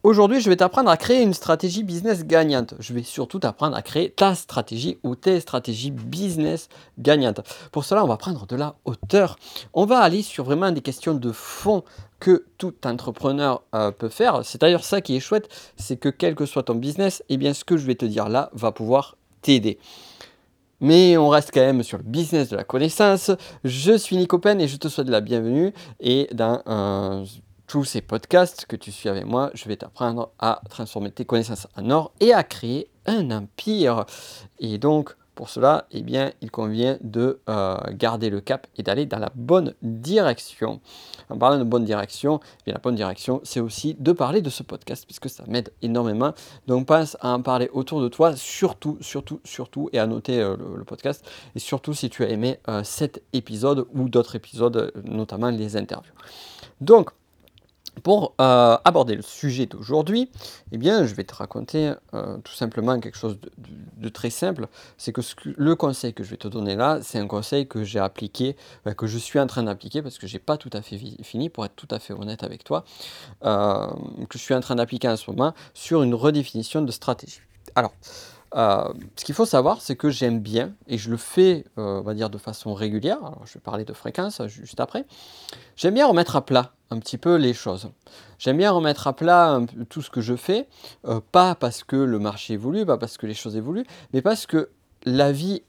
Aujourd'hui, je vais t'apprendre à créer une stratégie business gagnante. Je vais surtout t'apprendre à créer ta stratégie ou tes stratégies business gagnantes. Pour cela, on va prendre de la hauteur. On va aller sur vraiment des questions de fond que tout entrepreneur peut faire. C'est d'ailleurs ça qui est chouette, c'est que quel que soit ton business, eh bien, ce que je vais te dire là va pouvoir t'aider. Mais on reste quand même sur le business de la connaissance. Je suis Nico Pen et je te souhaite la bienvenue. Et dans tous ces podcasts que tu suis avec moi, je vais t'apprendre à transformer tes connaissances en or et à créer un empire. Et donc, pour cela, eh bien, il convient de garder le cap et d'aller dans la bonne direction. En parlant de bonne direction, eh bien, la bonne direction, c'est aussi de parler de ce podcast puisque ça m'aide énormément. Donc, pense à en parler autour de toi, surtout, et à noter le podcast. Et surtout si tu as aimé cet épisode ou d'autres épisodes, notamment les interviews. Donc, pour aborder le sujet d'aujourd'hui, eh bien, je vais te raconter tout simplement quelque chose de très simple. C'est que, le conseil que je vais te donner là, c'est un conseil que j'ai appliqué, que je suis en train d'appliquer parce que je n'ai pas tout à fait fini, pour être tout à fait honnête avec toi, que je suis en train d'appliquer en ce moment sur une redéfinition de stratégie. Alors, ce qu'il faut savoir, c'est que j'aime bien, et je le fais, on va dire de façon régulière, alors je vais parler de fréquence juste après, j'aime bien remettre à plat un petit peu les choses. J'aime bien remettre à plat tout ce que je fais, pas parce que le marché évolue, pas parce que les choses évoluent, mais parce que la vie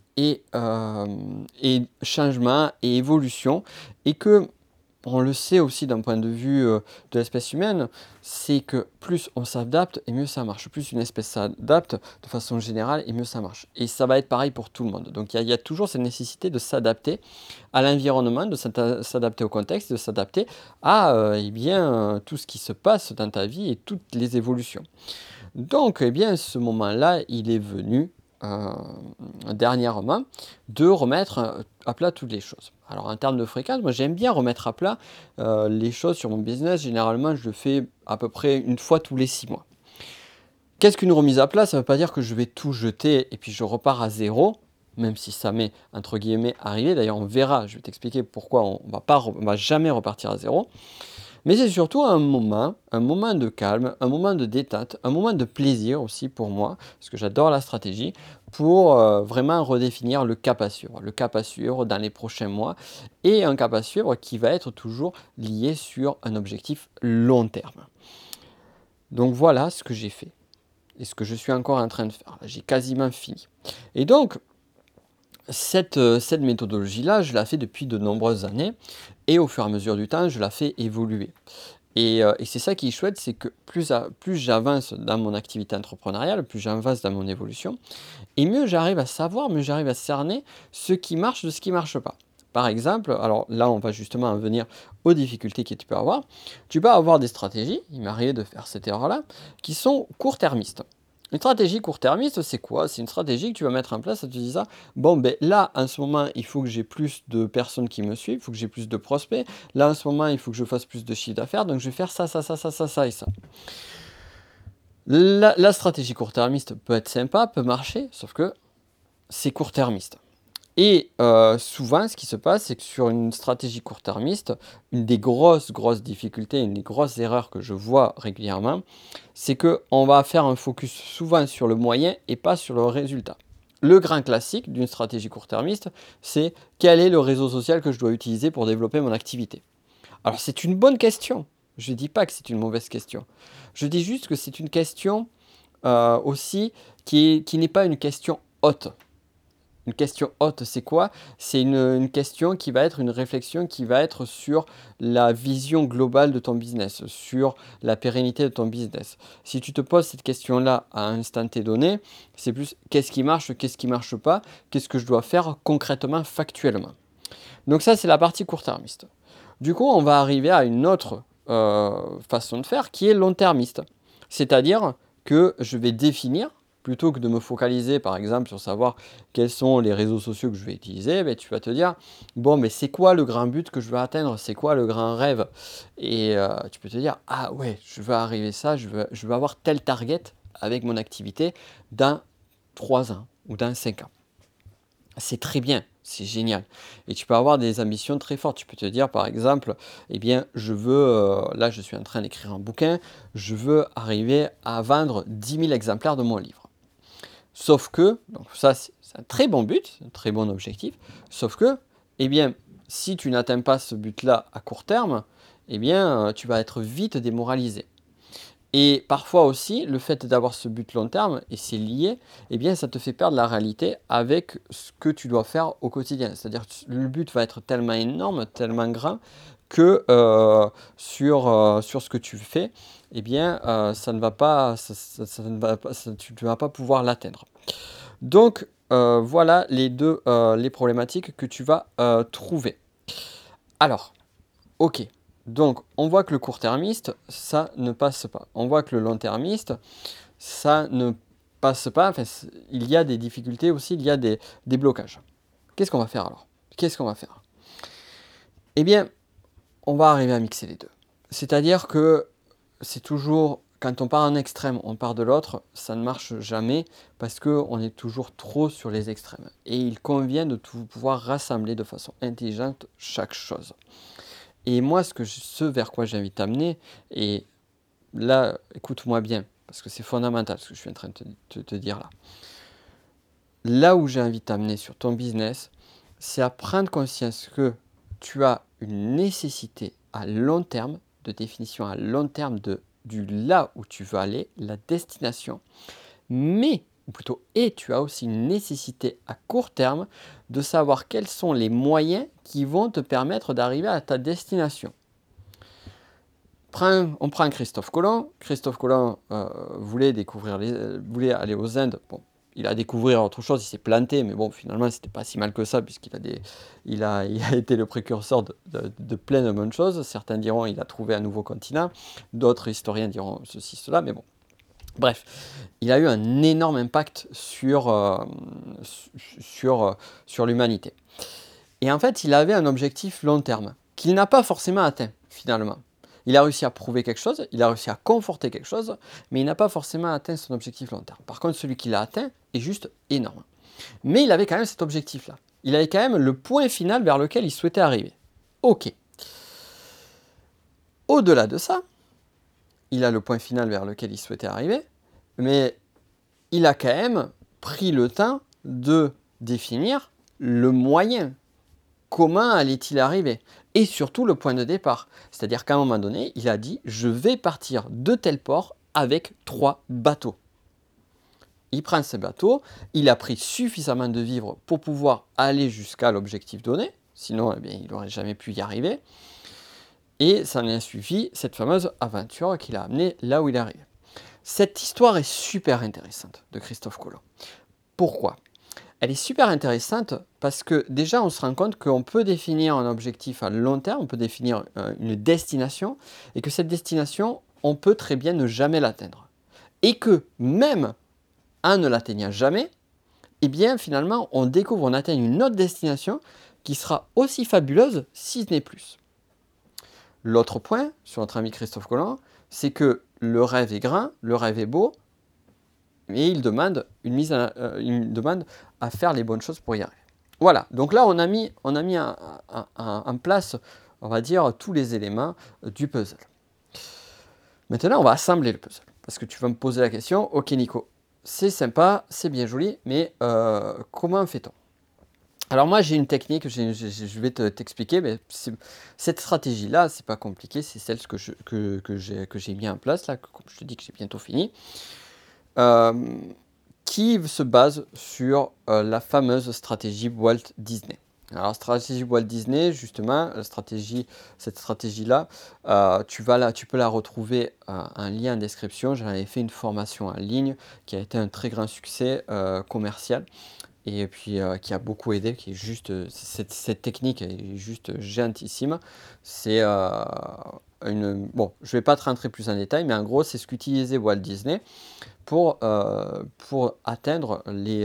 est changement et évolution, et que on le sait aussi d'un point de vue de l'espèce humaine, c'est que plus on s'adapte et mieux ça marche. Plus une espèce s'adapte de façon générale et mieux ça marche. Et ça va être pareil pour tout le monde. Donc il y a toujours cette nécessité de s'adapter à l'environnement, de s'adapter au contexte, de s'adapter à tout ce qui se passe dans ta vie et toutes les évolutions. Donc, eh bien, ce moment-là, il est venu dernièrement de remettre à plat toutes les choses. Alors, en termes de fréquence, moi, j'aime bien remettre à plat les choses sur mon business. Généralement, je le fais à peu près une fois tous les 6 mois. Qu'est-ce qu'une remise à plat? Ça ne veut pas dire que je vais tout jeter et puis je repars à zéro, même si ça m'est, entre guillemets, arrivé. D'ailleurs, on verra, je vais t'expliquer pourquoi on ne va jamais repartir à zéro. Mais c'est surtout un moment de calme, un moment de détente, un moment de plaisir aussi pour moi, parce que j'adore la stratégie, pour vraiment redéfinir le cap à suivre dans les prochains mois, et un cap à suivre qui va être toujours lié sur un objectif long terme. Donc voilà ce que j'ai fait, et ce que je suis encore en train de faire. J'ai quasiment fini. Et donc, cette méthodologie-là, je la fais depuis de nombreuses années, et au fur et à mesure du temps, je la fais évoluer. Et c'est ça qui est chouette, c'est que plus j'avance dans mon activité entrepreneuriale, plus j'avance dans mon évolution, et mieux j'arrive à savoir, mieux j'arrive à cerner ce qui marche de ce qui ne marche pas. Par exemple, alors là, on va justement en venir aux difficultés que tu peux avoir. Tu peux avoir des stratégies, il m'est arrivé de faire cette erreur-là, qui sont court-termistes. Une stratégie court-termiste, c'est quoi? C'est une stratégie que tu vas mettre en place en te disant, bon, ben là, en ce moment, il faut que j'ai plus de personnes qui me suivent, il faut que j'ai plus de prospects. Là, en ce moment, il faut que je fasse plus de chiffre d'affaires, donc je vais faire ça, ça, ça, ça, ça, ça et ça. La stratégie court-termiste peut être sympa, peut marcher, sauf que c'est court-termiste. Et souvent, ce qui se passe, c'est que sur une stratégie court-termiste, une des grosses difficultés, une des grosses erreurs que je vois régulièrement, c'est qu'on va faire un focus souvent sur le moyen et pas sur le résultat. Le grand classique d'une stratégie court-termiste, c'est quel est le réseau social que je dois utiliser pour développer mon activité? Alors c'est une bonne question. Je ne dis pas que c'est une mauvaise question. Je dis juste que c'est une question aussi qui n'est pas une question haute. Une question haute, c'est quoi? C'est une question qui va être une réflexion qui va être sur la vision globale de ton business, sur la pérennité de ton business. Si tu te poses cette question-là à un instant T donné, c'est plus qu'est-ce qui marche pas, qu'est-ce que je dois faire concrètement, factuellement. Donc ça, c'est la partie court-termiste. Du coup, on va arriver à une autre façon de faire qui est long-termiste. C'est-à-dire que je vais définir, plutôt que de me focaliser par exemple sur savoir quels sont les réseaux sociaux que je vais utiliser, ben, tu vas te dire, bon, mais c'est quoi le grand but que je veux atteindre? C'est quoi le grand rêve? Et tu peux te dire, ah ouais, je veux arriver à ça, je veux avoir tel target avec mon activité dans 3 ans ou dans 5 ans. c'est très bien, c'est génial et tu peux avoir des ambitions très fortes. Tu peux te dire, par exemple: «Eh bien, là, je suis en train d'écrire un bouquin, je veux arriver à vendre 10 000 exemplaires de mon livre». Sauf que, donc ça, c'est un très bon but, un très bon objectif, sauf que, eh bien, si tu n'atteins pas ce but-là à court terme, eh bien, tu vas être vite démoralisé. Et parfois aussi, le fait d'avoir ce but long terme, et c'est lié, eh bien, ça te fait perdre la réalité avec ce que tu dois faire au quotidien. C'est-à-dire que le but va être tellement énorme, tellement grand, que sur ce que tu fais, eh bien, ça ne va pas, ça ne va pas, tu ne vas pas pouvoir l'atteindre. Donc, voilà les problématiques que tu vas trouver. Alors, OK. Donc, on voit que le court-termiste, ça ne passe pas. On voit que le long-termiste, ça ne passe pas. Enfin, il y a des difficultés aussi, il y a des blocages. Qu'est-ce qu'on va faire alors? Qu'est-ce qu'on va faire? Eh bien, on va arriver à mixer les deux. C'est-à-dire que c'est toujours, quand on part en extrême, on part de l'autre, ça ne marche jamais parce qu'on est toujours trop sur les extrêmes. Et il convient de pouvoir rassembler de façon intelligente chaque chose. Et moi, ce vers quoi j'invite à t'amener, et là, écoute-moi bien, parce que c'est fondamental ce que je suis en train de te dire là. Là où j'ai envie de t'amener sur ton business, c'est à prendre conscience que tu as une nécessité à long terme, de définition à long terme du là où tu veux aller, la destination, mais, ou plutôt, et tu as aussi une nécessité à court terme de savoir quels sont les moyens qui vont te permettre d'arriver à ta destination. On prend Christophe Colomb. Christophe Colomb voulait voulait aller aux Indes. Bon, il a découvert autre chose, il s'est planté, mais bon, finalement, c'était pas si mal que ça, il a été le précurseur de plein de bonnes choses. Certains diront il a trouvé un nouveau continent, d'autres historiens diront ceci, cela, mais bon. Bref, il a eu un énorme impact sur l'humanité. Et en fait, il avait un objectif long terme, qu'il n'a pas forcément atteint, finalement. Il a réussi à prouver quelque chose, il a réussi à conforter quelque chose, mais il n'a pas forcément atteint son objectif long terme. Par contre, celui qu'il a atteint est juste énorme. Mais il avait quand même cet objectif-là. Il avait quand même le point final vers lequel il souhaitait arriver. Ok. Au-delà de ça, il a le point final vers lequel il souhaitait arriver, mais il a quand même pris le temps de définir le moyen. Comment allait-il arriver? Et surtout le point de départ. C'est-à-dire qu'à un moment donné, il a dit: je vais partir de tel port avec 3 bateaux. Il prend ces bateaux, il a pris suffisamment de vivres pour pouvoir aller jusqu'à l'objectif donné, sinon eh bien, il n'aurait jamais pu y arriver. Et ça en a suivi cette fameuse aventure qu'il a amené là où il est arrivé. Cette histoire est super intéressante de Christophe Colomb. Pourquoi? Elle est super intéressante parce que déjà, on se rend compte qu'on peut définir un objectif à long terme, on peut définir une destination, et que cette destination, on peut très bien ne jamais l'atteindre. Et que même en ne l'atteignant jamais, eh bien finalement, on découvre, on atteint une autre destination qui sera aussi fabuleuse, si ce n'est plus. L'autre point sur notre ami Christophe Colomb, c'est que le rêve est grand, le rêve est beau, mais il demande une demande à faire les bonnes choses pour y arriver. Voilà, donc là on a mis en place, on va dire, tous les éléments du puzzle. Maintenant on va assembler le puzzle, parce que tu vas me poser la question: ok Nico, c'est sympa, c'est bien joli, mais comment fait-on? Alors moi j'ai une technique, je vais t'expliquer, mais cette stratégie-là, c'est pas compliqué, c'est celle que j'ai mis en place, là, comme je te dis que j'ai bientôt fini. Qui se base sur la fameuse stratégie Walt Disney. Alors, stratégie Walt Disney, justement, cette stratégie-là, tu peux la retrouver en lien en description. J'en avais fait une formation en ligne qui a été un très grand succès commercial, et puis qui a beaucoup aidé, qui est juste, cette technique est juste géantissime. C'est bon, je ne vais pas te rentrer plus en détail, mais en gros, c'est ce qu'utilisait Walt Disney pour atteindre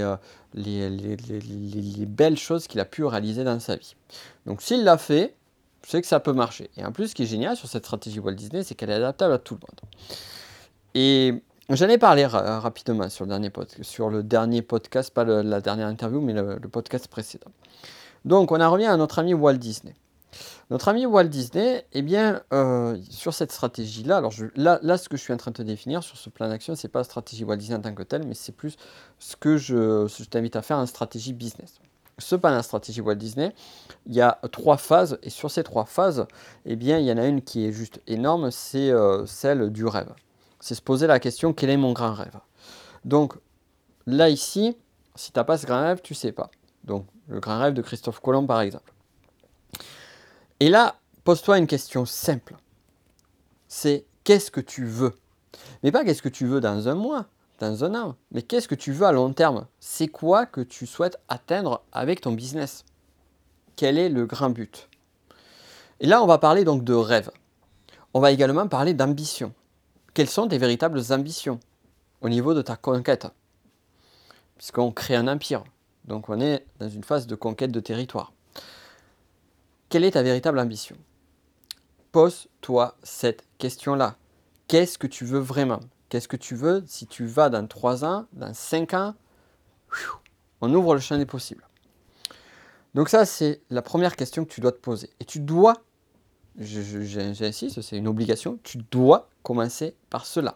les belles choses qu'il a pu réaliser dans sa vie. Donc s'il l'a fait, c'est que ça peut marcher. Et en plus, ce qui est génial sur cette stratégie Walt Disney, c'est qu'elle est adaptable à tout le monde. Et J'en ai parlé rapidement sur le dernier podcast, pas la dernière interview, mais le podcast précédent. Donc, on en revient à notre ami Walt Disney. Notre ami Walt Disney, eh bien, sur cette stratégie-là, alors là, ce que je suis en train de te définir sur ce plan d'action, c'est pas la stratégie Walt Disney en tant que telle, mais c'est plus ce que je t'invite à faire en stratégie business. Cependant, la stratégie Walt Disney, il y a 3 phases, et sur ces 3 phases, eh bien, il y en a une qui est juste énorme, c'est celle du rêve. C'est se poser la question, quel est mon grand rêve? Donc, là, ici, si tu n'as pas ce grand rêve, tu ne sais pas. Donc, le grand rêve de Christophe Colomb, par exemple. Et là, pose-toi une question simple. C'est qu'est-ce que tu veux? Mais pas qu'est-ce que tu veux dans un mois, dans un an, mais qu'est-ce que tu veux à long terme? C'est quoi que tu souhaites atteindre avec ton business? Quel est le grand but? Et là, on va parler donc de rêve. On va également parler d'ambition. Quelles sont tes véritables ambitions au niveau de ta conquête? Puisqu'on crée un empire. Donc on est dans une phase de conquête de territoire. Quelle est ta véritable ambition? Pose-toi cette question-là. Qu'est-ce que tu veux vraiment? Qu'est-ce que tu veux si tu vas dans 3 ans, dans 5 ans? On ouvre le champ des possibles. Donc ça, c'est la première question que tu dois te poser. Et tu dois, j'insiste, c'est une obligation, tu dois commencer par cela.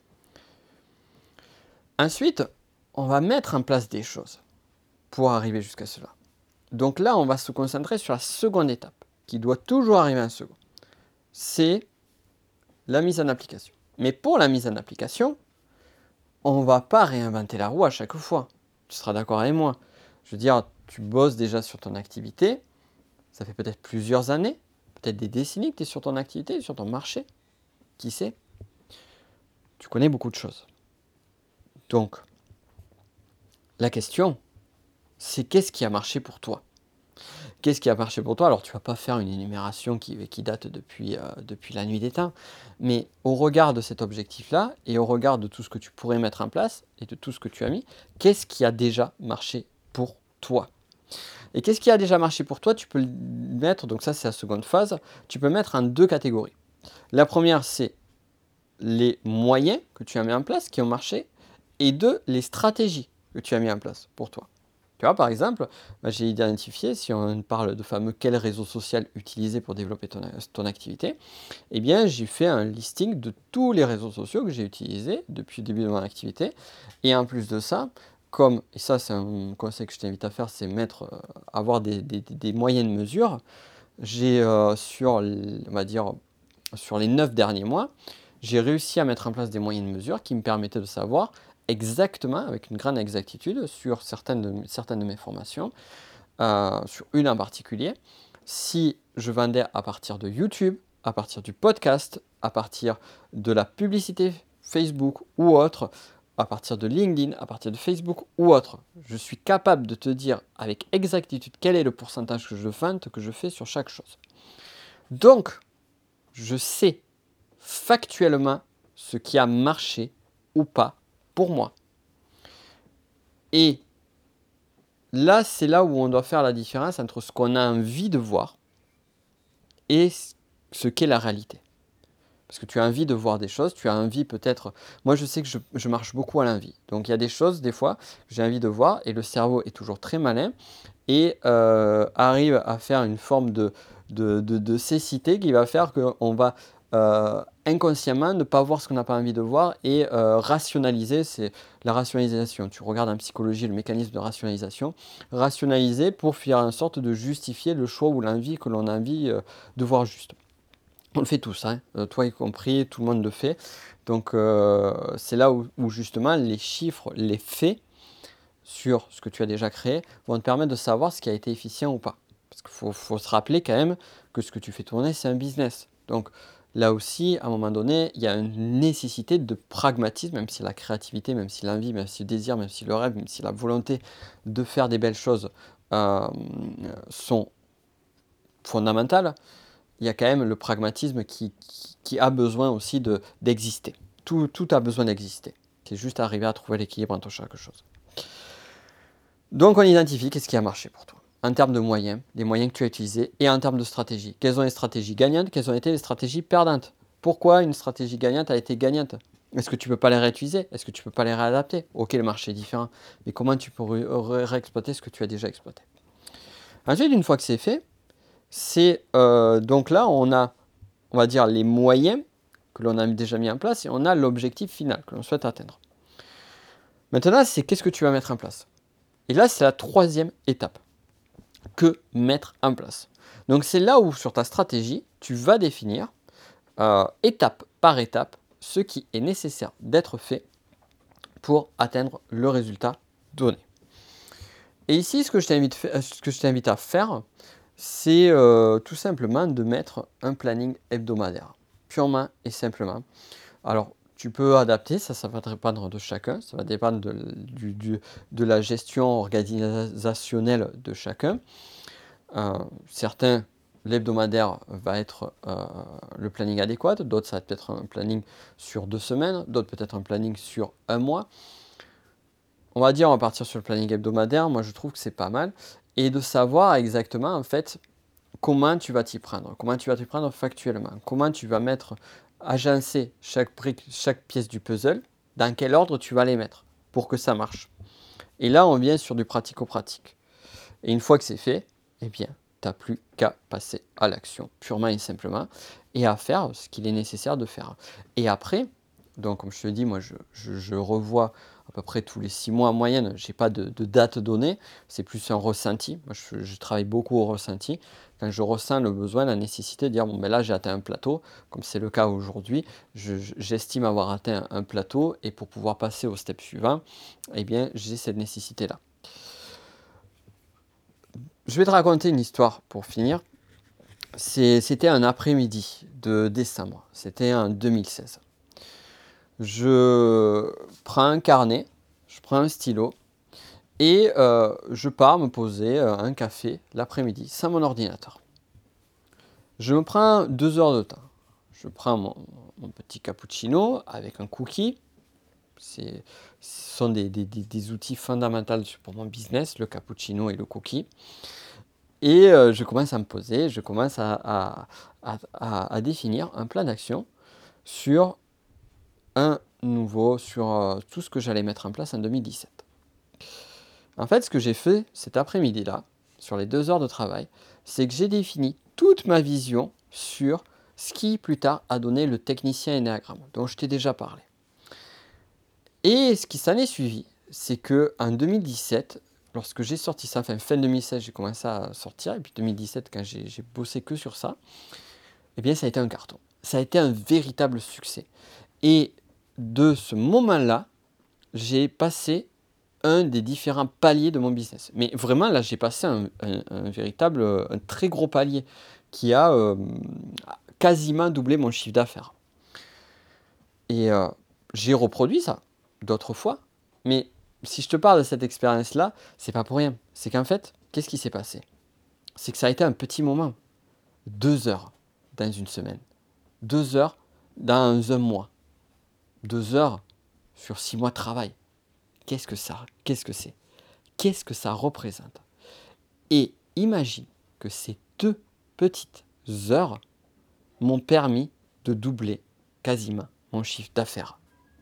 Ensuite, on va mettre en place des choses pour arriver jusqu'à cela. Donc là, on va se concentrer sur la seconde étape, qui doit toujours arriver en second. C'est la mise en application. Mais pour la mise en application, on ne va pas réinventer la roue à chaque fois. Tu seras d'accord avec moi. Je veux dire, tu bosses déjà sur ton activité, ça fait peut-être plusieurs années, peut-être des décennies que tu es sur ton activité, sur ton marché. Qui sait? Tu connais beaucoup de choses. Donc, la question, c'est qu'est-ce qui a marché pour toi? Qu'est-ce qui a marché pour toi? Alors, tu ne vas pas faire une énumération qui date depuis la nuit des temps, mais au regard de cet objectif-là et au regard de tout ce que tu pourrais mettre en place et de tout ce que tu as mis, qu'est-ce qui a déjà marché pour toi? Et qu'est-ce qui a déjà marché pour toi? Tu peux le mettre, donc ça c'est la seconde phase, tu peux mettre en 2 catégories. La première, c'est les moyens que tu as mis en place qui ont marché, et 2, les stratégies que tu as mis en place pour toi. Tu vois, par exemple, j'ai identifié, si on parle de fameux quel réseau social utiliser pour développer ton activité, eh bien, j'ai fait un listing de tous les réseaux sociaux que j'ai utilisés depuis le début de mon activité. Et en plus de ça, et ça c'est un conseil que je t'invite à faire, c'est avoir des moyens de mesure. J'ai, on va dire, sur les 9 derniers mois, j'ai réussi à mettre en place des moyens de mesure qui me permettaient de savoir exactement, avec une grande exactitude, sur certaines de mes formations, sur une en particulier, si je vendais à partir de YouTube, à partir du podcast, à partir de la publicité Facebook ou autre, à partir de LinkedIn, à partir de Facebook ou autre. Je suis capable de te dire avec exactitude quel est le pourcentage que je fais sur chaque chose. Donc, je sais factuellement ce qui a marché ou pas pour moi. Et là, c'est là où on doit faire la différence entre ce qu'on a envie de voir et ce qu'est la réalité. Parce que tu as envie de voir des choses, tu as envie peut-être... Moi, je sais que je marche beaucoup à l'envie. Donc, il y a des choses, des fois, que j'ai envie de voir, et le cerveau est toujours très malin, et arrive à faire une forme de cécité qui va faire qu'on va inconsciemment ne pas voir ce qu'on n'a pas envie de voir et rationaliser, c'est la rationalisation. Tu regardes en psychologie le mécanisme de rationalisation. Rationaliser pour faire en sorte de justifier le choix ou l'envie que l'on a envie de voir juste. On le fait tous, hein, toi y compris, tout le monde le fait. Donc c'est là où justement les chiffres, les faits sur ce que tu as déjà créé vont te permettre de savoir ce qui a été efficient ou pas. Parce qu'il faut se rappeler quand même que ce que tu fais tourner, c'est un business. Donc là aussi, à un moment donné, il y a une nécessité de pragmatisme, même si la créativité, même si l'envie, même si le désir, même si le rêve, même si la volonté de faire des belles choses sont fondamentales. Il y a quand même le pragmatisme qui a besoin aussi d'exister. Tout a besoin d'exister. C'est juste arriver à trouver l'équilibre entre chaque chose. Donc on identifie qu'est-ce qui a marché pour toi. En termes de moyens, les moyens que tu as utilisés, et en termes de stratégie. Quelles sont les stratégies gagnantes, quelles ont été les stratégies perdantes? Pourquoi une stratégie gagnante a été gagnante? Est-ce que tu peux pas les réutiliser? Est-ce que tu peux pas les réadapter? OK, le marché est différent, mais comment tu peux réexploiter ce que tu as déjà exploité? Ensuite, une fois que c'est fait, c'est, donc là, on va dire les moyens que l'on a déjà mis en place et on a l'objectif final que l'on souhaite atteindre. Maintenant, c'est qu'est-ce que tu vas mettre en place? Et là, c'est la troisième étape. Que mettre en place? Donc c'est là où sur ta stratégie, tu vas définir, étape par étape, ce qui est nécessaire d'être fait pour atteindre le résultat donné. Et ici, ce que je t'invite à faire, c'est, tout simplement de mettre un planning hebdomadaire, purement et simplement. Alors, tu peux adapter, ça va dépendre de chacun, ça va dépendre de la gestion organisationnelle de chacun. Certains, l'hebdomadaire va être, le planning adéquat, d'autres ça va être un planning sur 2 semaines, d'autres peut-être un planning sur un mois. On va dire, on va partir sur le planning hebdomadaire, moi je trouve que c'est pas mal et de savoir exactement en fait comment tu vas t'y prendre, comment tu vas t'y prendre factuellement, comment tu vas mettre, agencer chaque brique, chaque pièce du puzzle, dans quel ordre tu vas les mettre pour que ça marche. Et là, on vient sur du pratico-pratique. Et une fois que c'est fait, eh bien, tu n'as plus qu'à passer à l'action, purement et simplement, et à faire ce qu'il est nécessaire de faire. Et après, donc comme je te dis, moi je revois à peu près tous les 6 mois en moyenne, je n'ai pas de date donnée, c'est plus un ressenti. Moi je travaille beaucoup au ressenti. Quand je ressens le besoin, la nécessité de dire, bon ben là j'ai atteint un plateau, comme c'est le cas aujourd'hui, j'estime avoir atteint un plateau, et pour pouvoir passer au step suivant, eh bien j'ai cette nécessité-là. Je vais te raconter une histoire pour finir. C'était un après-midi de décembre, c'était en 2016. Je prends un carnet, je prends un stylo et je pars me poser, un café l'après-midi sans mon ordinateur. Je me prends 2 heures de temps. Je prends mon petit cappuccino avec un cookie. Ce sont des outils fondamentaux pour mon business, le cappuccino et le cookie. Et je commence à me poser, je commence à définir un plan d'action sur sur, tout ce que j'allais mettre en place en 2017. En fait, ce que j'ai fait cet après-midi-là, sur les 2 heures de travail, c'est que j'ai défini toute ma vision sur ce qui plus tard a donné le technicien énéagramme, dont je t'ai déjà parlé. Et ce qui s'en est suivi, c'est qu'en 2017, lorsque j'ai sorti ça, enfin fin 2016, j'ai commencé à sortir, et puis 2017, quand j'ai bossé que sur ça, eh bien ça a été un carton. Ça a été un véritable succès. Et de ce moment-là, j'ai passé un des différents paliers de mon business. Mais vraiment, là, j'ai passé un véritable, un très gros palier qui a quasiment doublé mon chiffre d'affaires. Et j'ai reproduit ça d'autres fois, mais si je te parle de cette expérience-là, c'est pas pour rien. C'est qu'en fait, qu'est-ce qui s'est passé? C'est que ça a été un petit moment. 2 heures dans une semaine, 2 heures dans un mois, 2 heures sur 6 mois de travail. Qu'est-ce que ça? Qu'est-ce que c'est? Qu'est-ce que ça représente? Et imagine que ces 2 petites heures m'ont permis de doubler quasiment mon chiffre d'affaires.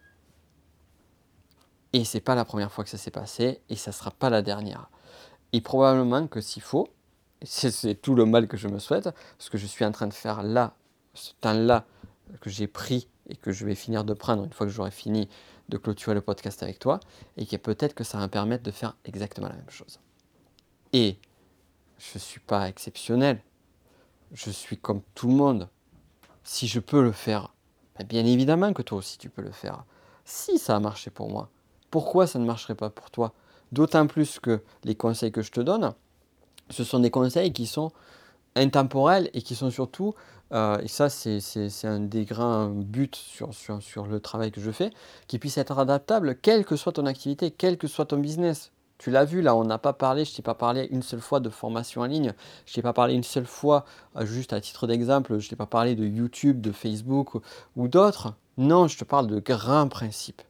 Et c'est pas la première fois que ça s'est passé et ça sera pas la dernière. Et probablement que s'il faut, c'est tout le mal que je me souhaite, ce que je suis en train de faire là, ce temps-là que j'ai pris et que je vais finir de prendre une fois que j'aurai fini de clôturer le podcast avec toi, et que peut-être que ça va me permettre de faire exactement la même chose. Et je ne suis pas exceptionnel, je suis comme tout le monde. Si je peux le faire, bien évidemment que toi aussi tu peux le faire. Si ça a marché pour moi, pourquoi ça ne marcherait pas pour toi? D'autant plus que les conseils que je te donne, ce sont des conseils qui sont intemporels et qui sont surtout, et ça c'est un des grands buts sur le travail que je fais, qui puissent être adaptables quelle que soit ton activité, quel que soit ton business. Tu l'as vu là, on n'a pas parlé, je t'ai pas parlé une seule fois de formation en ligne, je t'ai pas parlé une seule fois, juste à titre d'exemple, je t'ai pas parlé de YouTube, de Facebook ou d'autres. Non, je te parle de grands principes.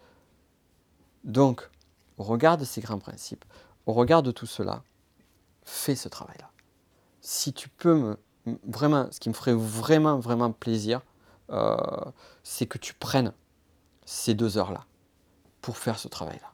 Donc, au regard de ces grands principes, au regard de tout cela, fais ce travail-là. Si tu peux vraiment, ce qui me ferait vraiment, vraiment plaisir, c'est que tu prennes ces 2 heures-là pour faire ce travail-là.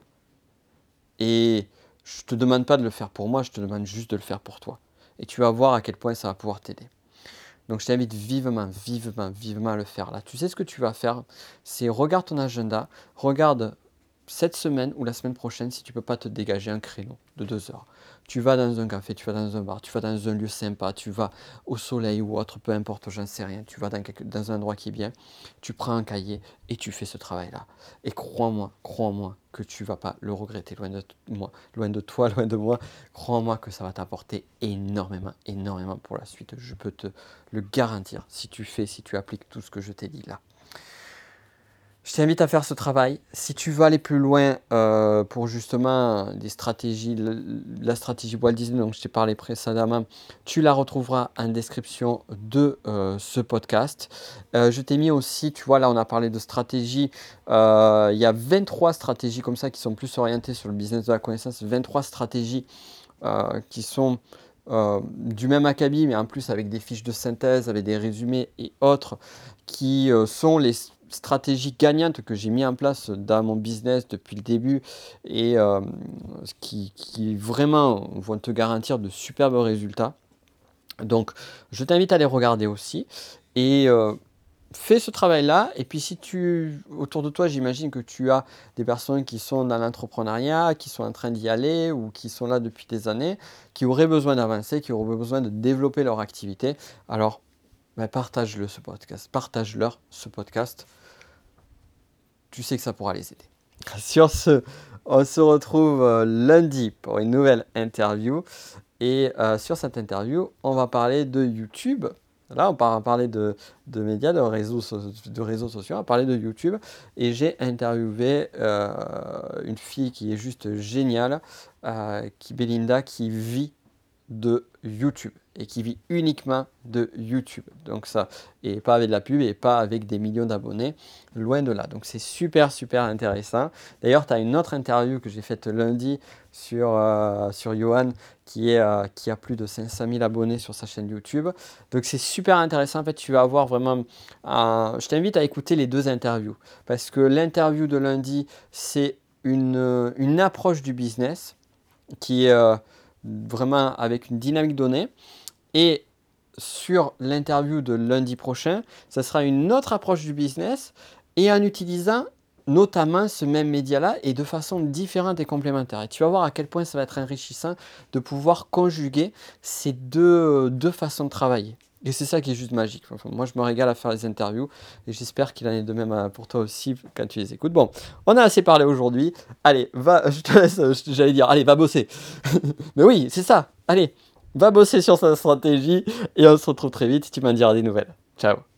Et je te demande pas de le faire pour moi, je te demande juste de le faire pour toi. Et tu vas voir à quel point ça va pouvoir t'aider. Donc je t'invite vivement, vivement, vivement à le faire là. Tu sais ce que tu vas faire? C'est regarde ton agenda, regarde cette semaine ou la semaine prochaine si tu peux pas te dégager un créneau de 2 heures. Tu vas dans un café, tu vas dans un bar, tu vas dans un lieu sympa, tu vas au soleil ou autre, peu importe, j'en sais rien. Tu vas dans un endroit qui est bien, tu prends un cahier et tu fais ce travail-là. Et crois-moi que tu vas pas le regretter, loin de moi, loin de toi, loin de moi. Crois-moi que ça va t'apporter énormément, énormément pour la suite. Je peux te le garantir si tu appliques tout ce que je t'ai dit là. Je t'invite à faire ce travail. Si tu veux aller plus loin pour justement des stratégies, la stratégie Walt Disney dont je t'ai parlé précédemment, tu la retrouveras en description de ce podcast. Je t'ai mis aussi, tu vois, là on a parlé de stratégie. Il y a 23 stratégies comme ça qui sont plus orientées sur le business de la connaissance. 23 stratégies qui sont du même acabit, mais en plus avec des fiches de synthèse, avec des résumés et autres, qui sont les stratégies gagnantes que j'ai mis en place dans mon business depuis le début et qui vraiment vont te garantir de superbes résultats. Donc, je t'invite à les regarder aussi et fais ce travail-là. Et puis, si autour de toi, j'imagine que tu as des personnes qui sont dans l'entrepreneuriat, qui sont en train d'y aller ou qui sont là depuis des années, qui auraient besoin d'avancer, qui auraient besoin de développer leur activité. Alors, partage-le ce podcast, partage-leur ce podcast. Tu sais que ça pourra les aider. Sur ce, on se retrouve lundi pour une nouvelle interview. Et sur cette interview, on va parler de YouTube. Là, on va parler de médias, de réseaux sociaux, on va parler de YouTube. Et j'ai interviewé une fille qui est juste géniale, Belinda, qui vit de YouTube et qui vit uniquement de YouTube. Donc ça, et pas avec de la pub et pas avec des millions d'abonnés, loin de là. Donc c'est super, super intéressant. D'ailleurs, tu as une autre interview que j'ai faite lundi sur Johan qui a plus de 500 000 abonnés sur sa chaîne YouTube. Donc c'est super intéressant. En fait, tu vas avoir vraiment... je t'invite à écouter les 2 interviews parce que l'interview de lundi, c'est une approche du business qui est vraiment avec une dynamique donnée. Et sur l'interview de lundi prochain, ça sera une autre approche du business et en utilisant notamment ce même média-là et de façon différente et complémentaire. Et tu vas voir à quel point ça va être enrichissant de pouvoir conjuguer ces deux façons de travailler. Et c'est ça qui est juste magique. Enfin, moi, je me régale à faire les interviews et j'espère qu'il en est de même pour toi aussi quand tu les écoutes. Bon, on a assez parlé aujourd'hui. Allez, va, je te laisse, j'allais dire, allez, va bosser. Mais oui, c'est ça. Allez, va bosser sur sa stratégie et on se retrouve très vite. Tu m'en diras des nouvelles. Ciao.